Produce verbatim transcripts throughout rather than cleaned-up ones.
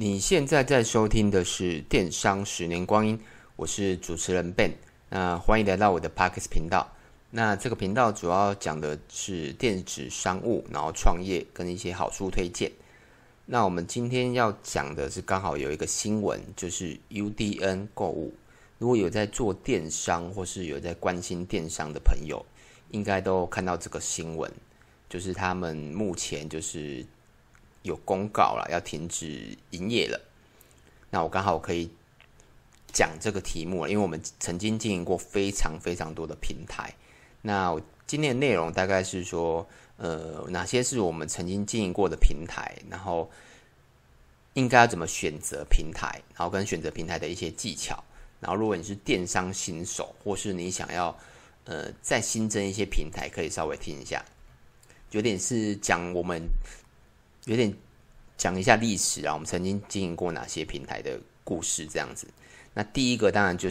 你现在在收听的是电商十年光阴，我是主持人 Ben， 那欢迎来到我的 Podcast 频道。那这个频道主要讲的是电子商务，然后创业跟一些好书推荐。那我们今天要讲的是刚好有一个新闻，就是 U D N 购物。如果有在做电商或是有在关心电商的朋友，应该都看到这个新闻，就是他们目前就是有公告了，要停止营业了。那我刚好可以讲这个题目了，因为我们曾经经营过非常非常多的平台。那我今天的内容大概是说，呃，哪些是我们曾经经营过的平台，然后应该要怎么选择平台，然后跟选择平台的一些技巧。然后如果你是电商新手，或是你想要呃再新增一些平台，可以稍微听一下，有点是讲我们。有点讲一下历史啊，我们曾经经营过哪些平台的故事这样子。那第一个当然就是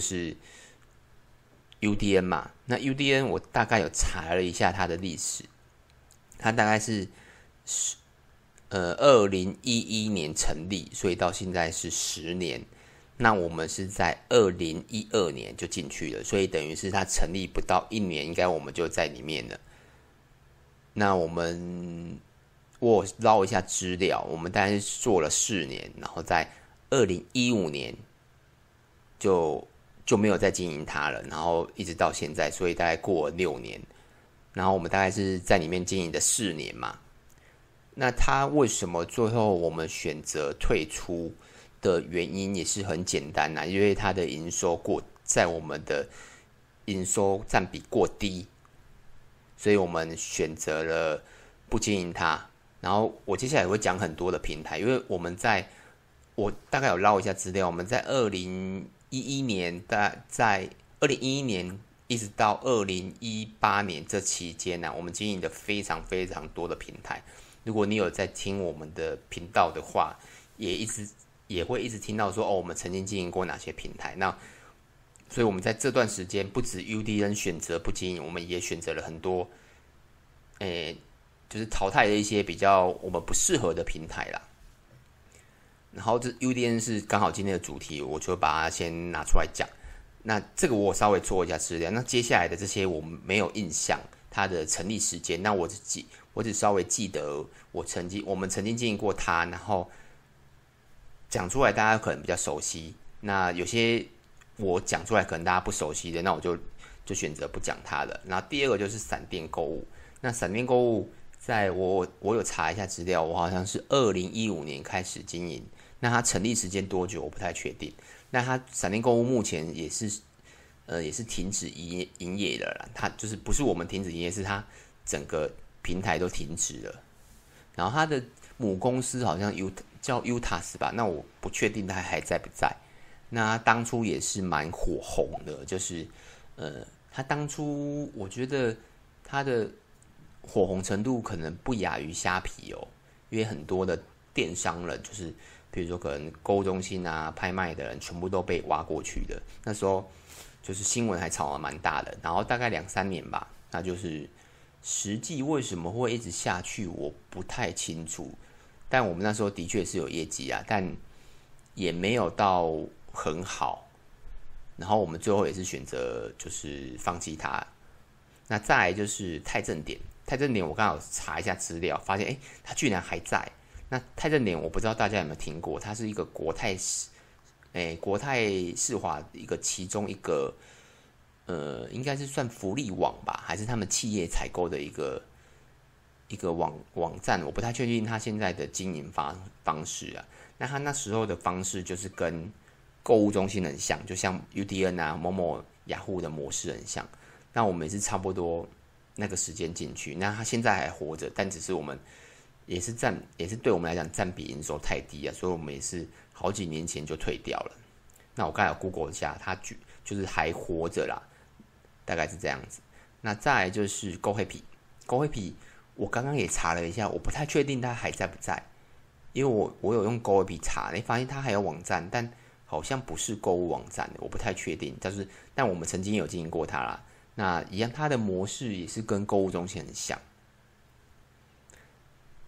U D N 嘛，那 U D N 我大概有查了一下它的历史，它大概是呃二零一一年成立，所以到现在是十年。那我们是在二零一二年就进去了，所以等于是它成立不到一年，应该我们就在里面了。那我们我捞一下资料，我们大概是做了四年，然后在二零一五年就就没有再经营它了，然后一直到现在，所以大概过了六年，然后我们大概是在里面经营的四年嘛。那它为什么最后我们选择退出的原因也是很简单啦，因为它的营收过在我们的营收占比过低，所以我们选择了不经营它。然后我接下来会讲很多的平台，因为我们在我大概有捞一下资料，我们在二零一一年，在在二零一一年一直到二零一八年这期间呢、啊，我们经营的非常非常多的平台。如果你有在听我们的频道的话，也一直也会一直听到说哦，我们曾经经营过哪些平台。那所以我们在这段时间，不止 U D N 选择不经营，我们也选择了很多，诶。就是淘汰的一些比较我们不适合的平台啦。然后这 U D N 是刚好今天的主题，我就把它先拿出来讲。那这个我稍微做一下资料，那接下来的这些我没有印象它的成立时间，那我只记我只稍微记得我曾经我们曾经经营过它，然后讲出来大家可能比较熟悉。那有些我讲出来可能大家不熟悉的，那我就就选择不讲它了。然后第二个就是闪电购物，那闪电购物。在我我有查一下资料，我好像是二零一五年开始经营。那它成立时间多久我不太确定。那它闪电购物目前也是呃也是停止营营业的啦。它就是不是我们停止营业，是它整个平台都停止了。然后它的母公司好像 U 叫 Utas 吧，那我不确定它还在不在。那它当初也是蛮火红的，就是呃它当初我觉得它的火红程度可能不亚于虾皮哦，因为很多的电商人，就是比如说可能购物中心啊、拍卖的人，全部都被挖过去的。那时候就是新闻还炒得蛮大的，然后大概两三年吧，那就是实际为什么会一直下去，我不太清楚。但我们那时候的确是有业绩啊，但也没有到很好。然后我们最后也是选择就是放弃它。那再来就是泰正点。泰正点我刚好查一下资料，发现哎，它居然还在。那泰正点我不知道大家有没有听过，它是一个国泰世，哎，国泰世华一个其中一个，呃，应该是算福利网吧，还是他们企业采购的一个一个网网站，我不太确定它现在的经营方方式啊。那它那时候的方式就是跟购物中心很像，就像 U D N 啊、某某、雅虎的模式很像。那我们也是差不多那个时间进去，那他现在还活着，但只是我们也是占，也是对我们来讲占比营收太低啊，所以我们也是好几年前就退掉了。那我刚才有 Google 一下，他就是还活着啦，大概是这样子。那再来就是 GoHappy，GoHappy 我刚刚也查了一下，我不太确定他还在不在，因为我我有用 GoHappy 查，你发现他还有网站，但好像不是购物网站，我不太确定。但是但我们曾经有经营过它啦。那一样，它的模式也是跟购物中心很像。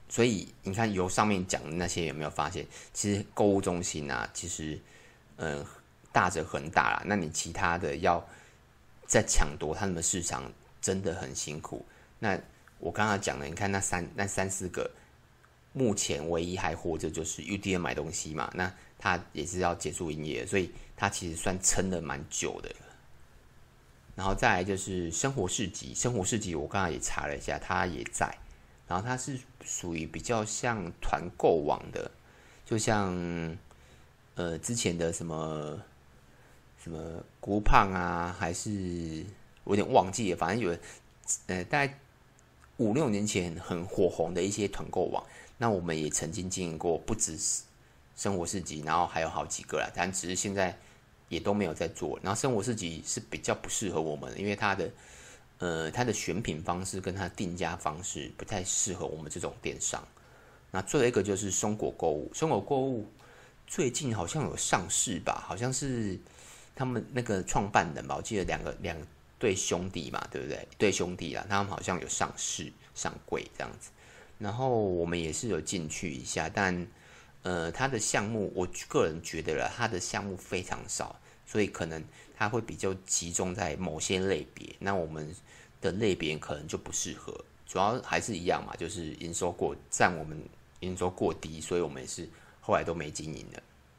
所以你看，由上面讲的那些有没有发现，其实购物中心啊，其实呃大者恒大啦。那你其他的要再抢夺他们的市场，真的很辛苦。那我刚刚讲的，你看那三那三四个，目前唯一还活着就是 U D N 买东西嘛，那它也是要结束营业，所以它其实算撑得蛮久的。然后再来就是生活市集，生活市集我刚才也查了一下，它也在。然后它是属于比较像团购网的，就像呃之前的什么什么古胖啊，还是我有点忘记了，反正有呃大概五六年前很火红的一些团购网。那我们也曾经经营过，不止生活市集，然后还有好几个啦，但只是现在也都没有在做。然后生活市集是比较不适合我们的，因为它的呃，它的选品方式跟它的定价方式不太适合我们这种电商。那最后一个就是松果购物，松果购物最近好像有上市吧，好像是他们那个创办人吧，我记得两个两对兄弟嘛，对不对？对兄弟啊，他们好像有上市上柜这样子。然后我们也是有进去一下，但呃，它的项目我个人觉得啦，它的项目非常少，所以可能它会比较集中在某些类别。那我们的类别可能就不适合，主要还是一样嘛，就是营收过占我们营收过低，所以我们也是后来都没经营了。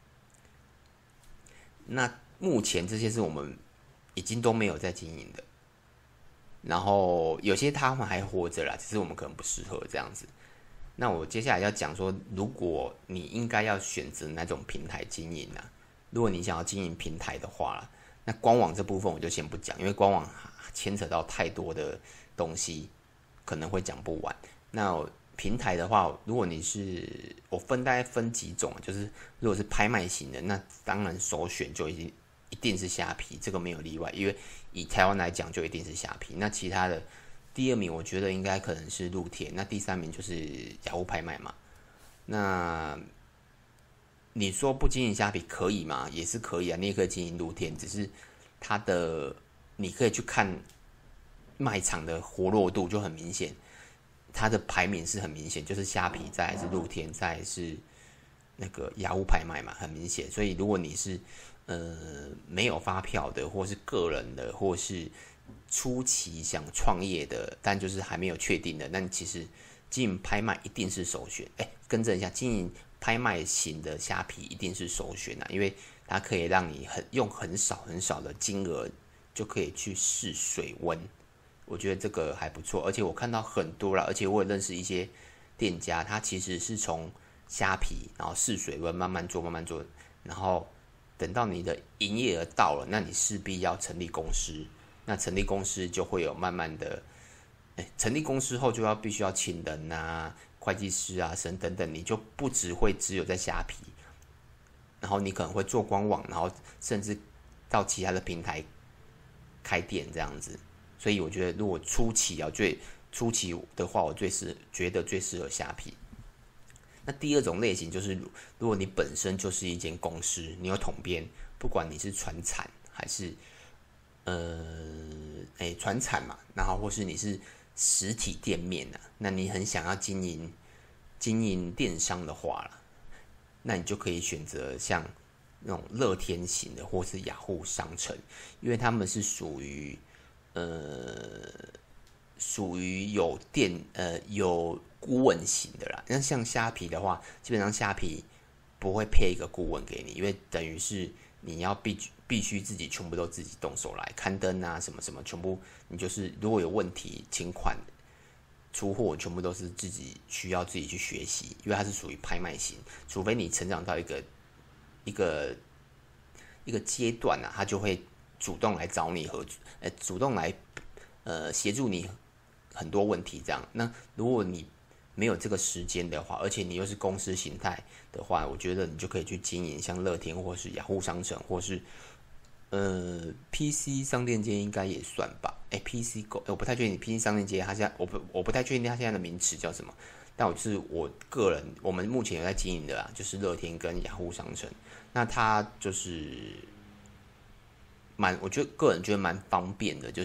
那目前这些是我们已经都没有在经营的，然后有些他们还活着啦，只是我们可能不适合这样子。那我接下来要讲说，如果你应该要选择哪种平台经营啊？如果你想要经营平台的话，那官网这部分我就先不讲，因为官网牵扯到太多的东西，可能会讲不完。那平台的话，如果你是我分大概分几种，就是如果是拍卖型的，那当然首选就已经一定是虾皮，这个没有例外，因为以台湾来讲就一定是虾皮。那其他的第二名我觉得应该可能是露天，那第三名就是雅虎拍卖嘛。那你说不经营虾皮可以吗？也是可以啊，你也可以经营露天，只是它的你可以去看卖场的活络度就很明显，它的排名是很明显，就是虾皮再来是露天，再来是那个雅虎拍卖嘛，很明显。所以如果你是呃没有发票的，或是个人的，或是初期想创业的，但就是还没有确定的，那其实经营拍卖一定是首选。哎，更正一下，经营拍卖型的虾皮一定是首选啊，因为它可以让你很用很少很少的金额就可以去试水温，我觉得这个还不错。而且我看到很多啦，而且我也认识一些店家，他其实是从虾皮然后试水温，慢慢做慢慢做，然后等到你的营业额到了，那你势必要成立公司，那成立公司就会有慢慢的，哎，成立公司后就要必须要请人啊、会计师啊、神等等，你就不只会只有在虾皮，然后你可能会做官网，然后甚至到其他的平台开店这样子。所以我觉得，如果初期啊，最初期的话，我最适觉得最适合虾皮。那第二种类型就是，如果你本身就是一间公司，你有统编，不管你是传产还是呃，哎，传产嘛，然后或是你是实体店面啊，那你很想要经营经营电商的话啦，那你就可以选择像那种乐天型的，或是雅虎商城，因为他们是属于呃属于有店呃有顾问型的啦。那像虾皮的话，基本上虾皮不会配一个顾问给你，因为等于是你要必必须自己全部都自己动手来刊登啊，什么什么，全部你就是如果有问题请款出货，全部都是自己需要自己去学习，因为它是属于拍卖型，除非你成长到一个一个一个阶段啊，他就会主动来找你合作，呃，主动来呃协助你很多问题这样。那如果你没有这个时间的话，而且你又是公司形态的话，我觉得你就可以去经营像乐天或是雅虎商城，或是呃 P C 商店街应该也算吧。哎 ，P C 购，我不太确定 P C 商店街它现在我不我不太确定它现在的名词叫什么。但我就是我个人，我们目前有在经营的啊，就是乐天跟雅虎商城。那它就是蛮，我觉得个人觉得蛮方便的，就是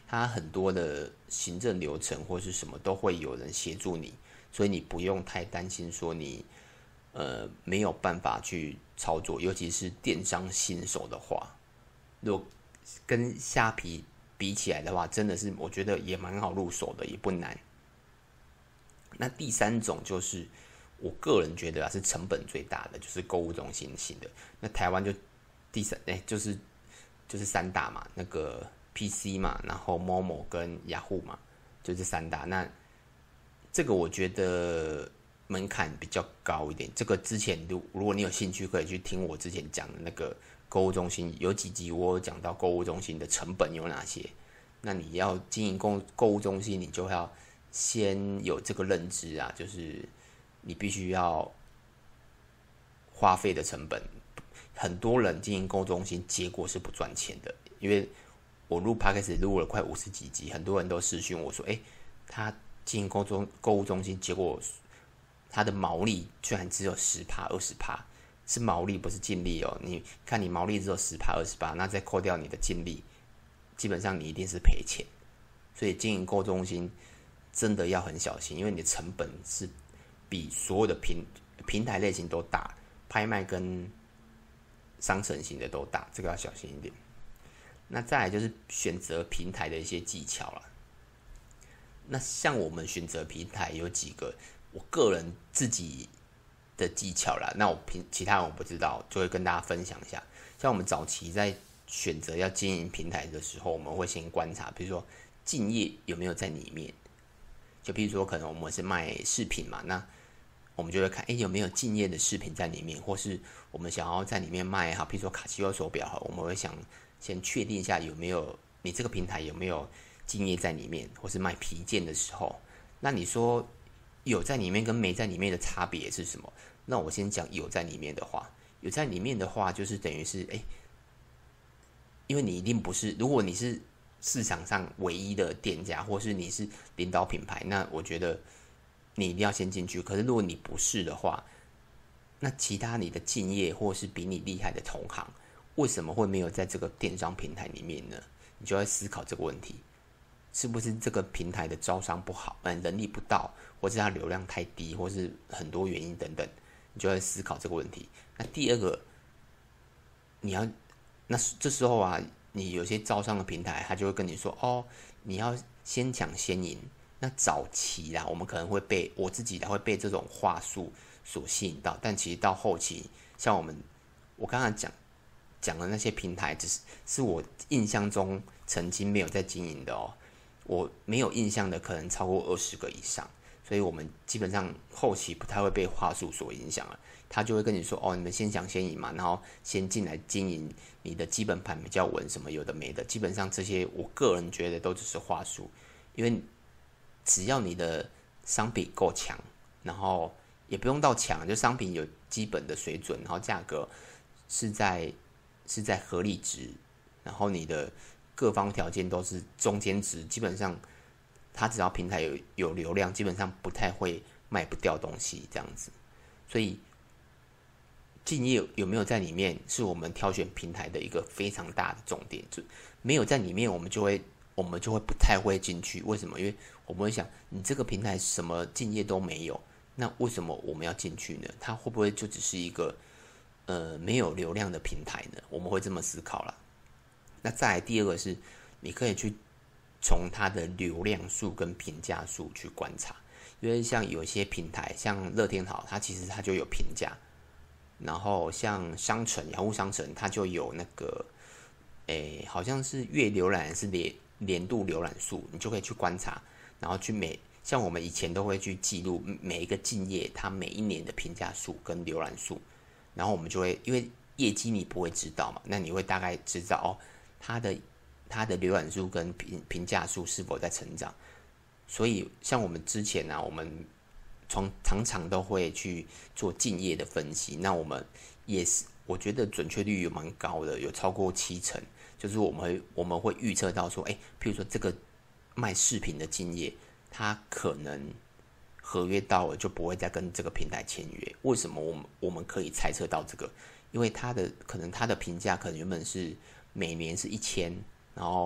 它很多的行政流程或是什么都会有人协助你，所以你不用太担心说你呃没有办法去操作，尤其是电商新手的话，如果跟虾皮比起来的话，真的是我觉得也蛮好入手的，也不难。那第三种就是我个人觉得啊是成本最大的，就是购物中心型的。那台湾就第三哎、欸、就是就是三大嘛，那个 P C 嘛，然后 Momo 跟雅虎嘛，就这三大。那这个我觉得门槛比较高一点。这个之前如如果你有兴趣，可以去听我之前讲的那个购物中心，有几集我有讲到购物中心的成本有哪些。那你要经营购购物中心，你就要先有这个认知啊，就是你必须要花费的成本。很多人经营购物中心，结果是不赚钱的，因为我录 Podcast 录了快五十几集，很多人都私讯我说：“哎、欸，他经营购中购物中心，结果他的毛利居然只有十趴、二十趴，是毛利不是净利哦。你看你毛利只有十趴、二十趴，那再扣掉你的净利，基本上你一定是赔钱。所以经营购物中心真的要很小心，因为你的成本是比所有的平平台类型都大，拍卖跟商城型的都大，这个要小心一点。那再来就是选择平台的一些技巧啦。那像我们选择平台有几个我个人自己的技巧啦，那我平其他人我不知道，就会跟大家分享一下。像我们早期在选择要经营平台的时候，我们会先观察，比如说竞业有没有在里面。就比如说可能我们是卖饰品嘛，那我们就会看，哎，有没有竞业的饰品在里面，或是我们想要在里面卖哈，比如说卡西欧手表，我们会想先确定一下有没有你这个平台有没有竞业在里面，或是卖皮件的时候，那你说有在里面跟没在里面的差别是什么？那我先讲有在里面的话，有在里面的话，就是等于是，哎，因为你一定不是，如果你是市场上唯一的店家，或是你是领导品牌，那我觉得你一定要先进去。可是如果你不是的话，那其他你的竞业或是比你厉害的同行，为什么会没有在这个电商平台里面呢？你就要思考这个问题，是不是这个平台的招商不好，嗯，人力不到，或是它流量太低，或是很多原因等等，你就要思考这个问题。那第二个，你要，那这时候啊，你有些招商的平台，他就会跟你说，哦，你要先抢先赢。那早期啦，我们可能会被我自己啦会被这种话术所吸引到，但其实到后期，像我们我刚刚讲讲的那些平台，只是是我印象中曾经没有在经营的哦，我没有印象的可能超过二十个以上，所以我们基本上后期不太会被话术所影响了。他就会跟你说，哦，你们先抢先赢嘛，然后先进来经营，你的基本盘比较稳，什么有的没的，基本上这些我个人觉得都只是话术，因为只要你的商品够强，然后也不用到强，就商品有基本的水准，然后价格是在是在合理值，然后你的各方条件都是中间值，基本上它只要平台有有流量，基本上不太会卖不掉东西这样子。所以竞业有没有在里面，是我们挑选平台的一个非常大的重点。就没有在里面，我们就会我们就会不太会进去。为什么？因为我们会想，你这个平台什么竞业都没有，那为什么我们要进去呢？它会不会就只是一个呃没有流量的平台呢？我们会这么思考啦。那再来第二个是，你可以去从它的流量数跟评价数去观察，因为像有些平台，像乐天好，它其实它就有评价。然后像商城，雅虎商城，它就有那个，诶，好像是月浏览是年年度浏览数，你就可以去观察，然后去每像我们以前都会去记录每一个竞业它每一年的评价数跟浏览数，然后我们就会因为业绩你不会知道嘛，那你会大概知道哦，它的它的浏览数跟评评价数是否在成长，所以像我们之前呢、啊，我们从常常都会去做竞业的分析，那我们也是，我觉得准确率有蛮高的，有超过七成。就是我们会我们会预测到说，哎，譬如说这个卖饰品的竞业，它可能合约到了就不会再跟这个平台签约。为什么我们我们可以猜测到这个？因为它的可能它的评价可能原本是每年是一千，然后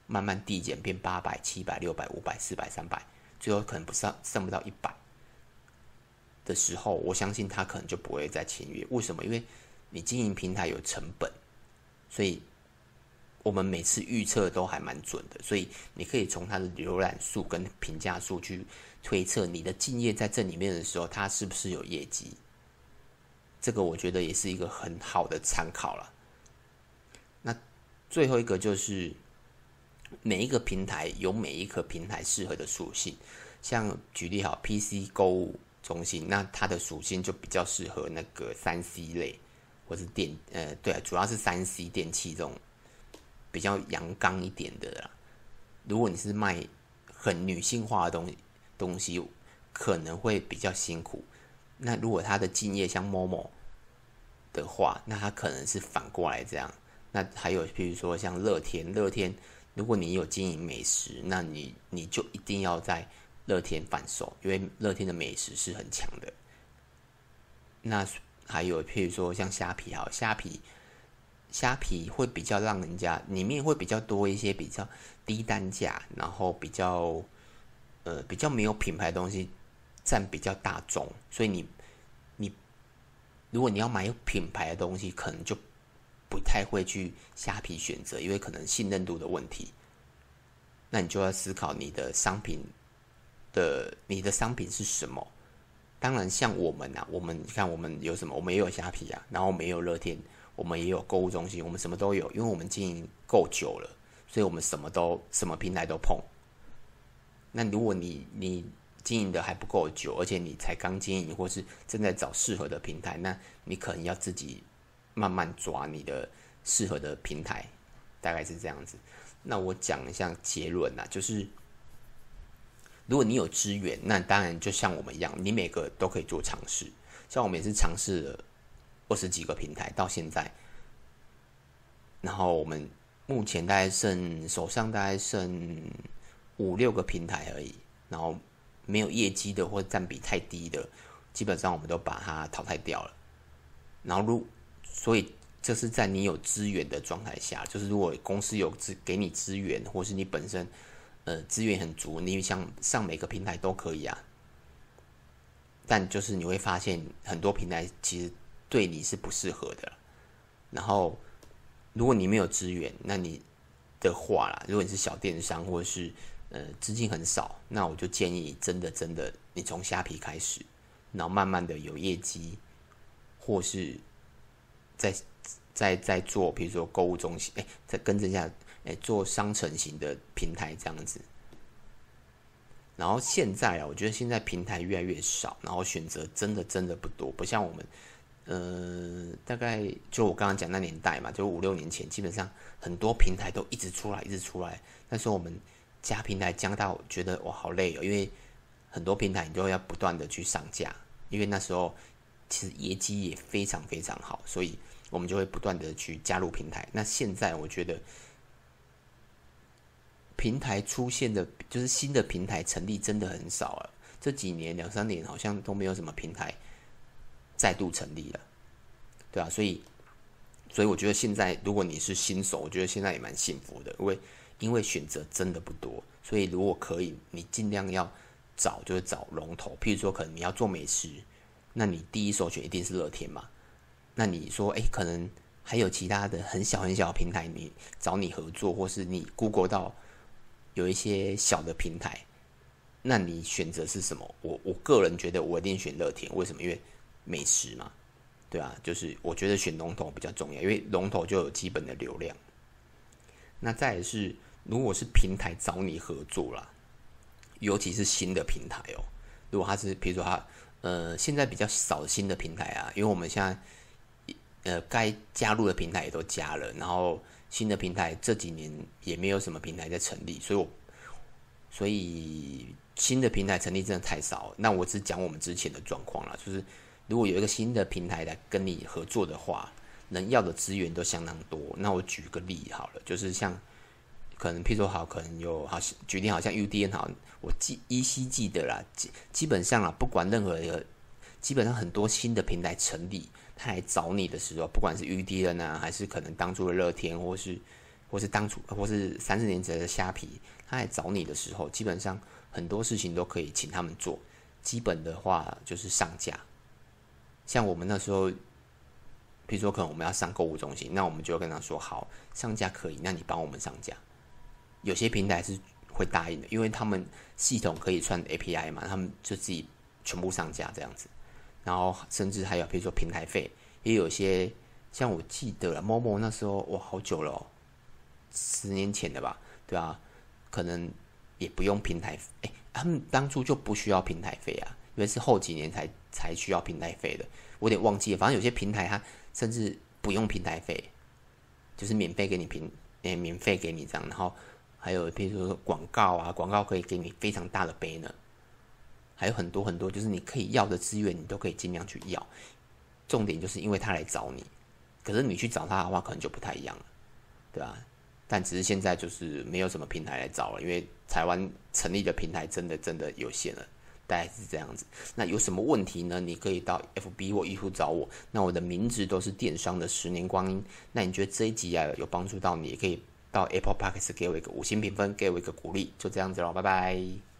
慢慢递减变八百、七百、六百、五百、四百、三百，最后可能不上剩不到一百的时候，我相信他可能就不会再签约。为什么？因为你经营平台有成本，所以我们每次预测都还蛮准的，所以你可以从它的浏览数跟评价数去推测你的竞业在这里面的时候，它是不是有业绩。这个我觉得也是一个很好的参考了。那最后一个就是每一个平台有每一个平台适合的属性，像举例好 P C 购物中心，那它的属性就比较适合那个 三 C 类或是电呃对啊，主要是 三 C 电器这种比较阳刚一点的啦。如果你是卖很女性化的东西东西，可能会比较辛苦。那如果它的竞业像 Momo 的话，那它可能是反过来这样。那还有譬如说像乐天，乐天如果你有经营美食，那你你就一定要在乐天贩售，因为乐天的美食是很强的。那还有譬如说像虾皮，好，虾皮虾皮会比较让人家里面会比较多一些比较低单价，然后比较呃比较没有品牌的东西占比较大宗，所以你你如果你要买有品牌的东西，可能就不太会去虾皮选择，因为可能信任度的问题。那你就要思考你的商品的你的商品是什么。当然，像我们啊，我们你看我们有什么？我们也有虾皮啊，然后我们也有乐天，我们也有购物中心，我们什么都有，因为我们经营够久了，所以我们什么都什么平台都碰。那如果你你经营的还不够久，而且你才刚经营，或是正在找适合的平台，那你可能要自己慢慢抓你的适合的平台，大概是这样子。那我讲一下结论啦，就是如果你有资源，那当然就像我们一样，你每个都可以做尝试。像我们也是尝试了二十几个平台到现在，然后我们目前大概剩手上大概剩五六个平台而已，然后没有业绩的或占比太低的，基本上我们都把它淘汰掉了。然后如所以这是在你有资源的状态下，就是如果公司有资给你资源，或是你本身呃资源很足，你想上每个平台都可以啊。但就是你会发现很多平台其实对你是不适合的。然后如果你没有资源，那你的话啦，如果你是小电商或者是呃资金很少，那我就建议真的真的你从虾皮开始，然后慢慢的有业绩，或是在在在做，比如说购物中心，哎，再跟着一下，哎，做商城型的平台这样子。然后现在啊，我觉得现在平台越来越少，然后选择真的真的不多，不像我们，呃，大概就我刚刚讲那年代嘛，就五六年前，基本上很多平台都一直出来，一直出来。那时候我们加平台加到觉得哇好累哦，因为很多平台你都要不断的去上架，因为那时候其实业绩也非常非常好，所以我们就会不断的去加入平台。那现在我觉得平台出现的，就是新的平台成立真的很少了。这几年两三年好像都没有什么平台再度成立了，对啊，所以所以我觉得现在如果你是新手，我觉得现在也蛮幸福的，因为因为选择真的不多，所以如果可以，你尽量要找就是找龙头。譬如说，可能你要做美食，那你第一首选一定是乐天嘛。那你说，哎，可能还有其他的很小很小的平台，你找你合作，或是你 Google 到有一些小的平台，那你选择是什么？我我个人觉得我一定选乐天，为什么？因为美食嘛，对啊，就是我觉得选龙头比较重要，因为龙头就有基本的流量。那再来是，如果是平台找你合作啦，尤其是新的平台哦，如果它是，比如说它呃现在比较少新的平台啊，因为我们现在呃该加入的平台也都加了，然后新的平台这几年也没有什么平台在成立，所以我所以新的平台成立真的太少。那我只讲我们之前的状况啦，就是如果有一个新的平台来跟你合作的话，能要的资源都相当多。那我举个例好了，就是像可能譬如说好，可能有好举例好像 U D N 好，我记依稀记得啦，基基本上啊，不管任何一个，基本上很多新的平台成立，他来找你的时候，不管是 U D N 啊，还是可能当初的乐天，或是或是当初或是三四年前的虾皮，他来找你的时候，基本上很多事情都可以请他们做。基本的话就是上架，像我们那时候，比如说可能我们要上购物中心，那我们就会跟他说好，上架可以，那你帮我们上架。有些平台是会答应的，因为他们系统可以串 A P I 嘛，他们就自己全部上架这样子。然后甚至还有比如说平台费，也有些像我记得了，Momo 那时候哇好久了、哦，十年前的吧，对啊，可能也不用平台费，哎，他们当初就不需要平台费啊，因为是后几年才才需要平台费的，我有点忘记了，反正有些平台它甚至不用平台费，就是免费给你平，诶，免费给你这样，然后还有比如说广告啊，广告可以给你非常大的 banner， 还有很多很多，就是你可以要的资源，你都可以尽量去要。重点就是因为他来找你，可是你去找他的话，可能就不太一样了，对吧、啊？但只是现在就是没有什么平台来找了，因为台湾成立的平台真的真的有限了，大概是这样子。那有什么问题呢？你可以到 F B 或 YouTube 找我。那我的名字都是电商的十年光阴。那你觉得这一集啊有帮助到你，也可以到 Apple Podcast 给我一个五星评分，给我一个鼓励，就这样子咯，拜拜。